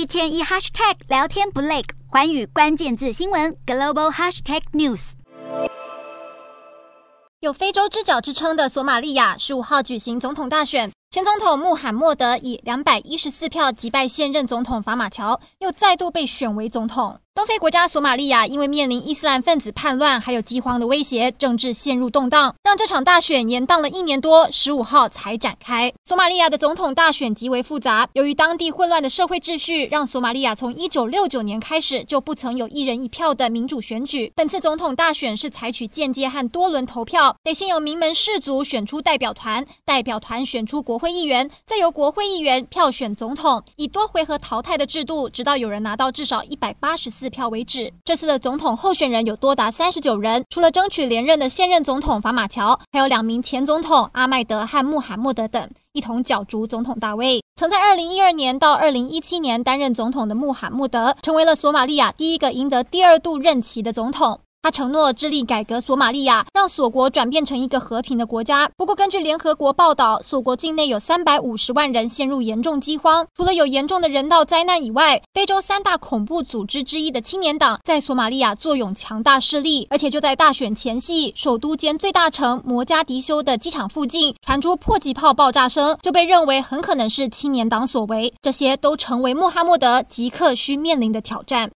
天一 hashtag 聊天不累，寰宇关键字新闻 global hashtag news。 有非洲之角之称的索马利亚15号举行总统大选，前总统穆罕默德以214票击败现任总统法马乔，又再度被选为总统。东非国家索马利亚因为面临伊斯兰分子叛乱还有饥荒的威胁，政治陷入动荡，让这场大选延宕了1年多，15号才展开。索马利亚的总统大选极为复杂，由于当地混乱的社会秩序，让索马利亚从1969年开始就不曾有一人一票的民主选举。本次总统大选是采取间接和多轮投票，得先由名门氏族选出代表团，代表团选出国会议员，再由国会议员票选总统，以多回合淘汰的制度，直到有人拿到至少184票为止。这次的总统候选人有多达39人，除了争取连任的现任总统法马乔，还有2名前总统阿麦德和穆罕默德等，一同角逐总统大位。曾在2012年到2017年担任总统的穆罕默德，成为了索马利亚第一个赢得第2度任期的总统。他承诺致力改革索马利亚，让索国转变成一个和平的国家。不过根据联合国报道，索国境内有350万人陷入严重饥荒。除了有严重的人道灾难以外，非洲3大恐怖组织之一的青年党在索马利亚坐拥强大势力，而且就在大选前夕，首都兼最大城摩加迪修的机场附近传出迫击炮爆炸声，就被认为很可能是青年党所为。这些都成为穆罕默德即刻需面临的挑战。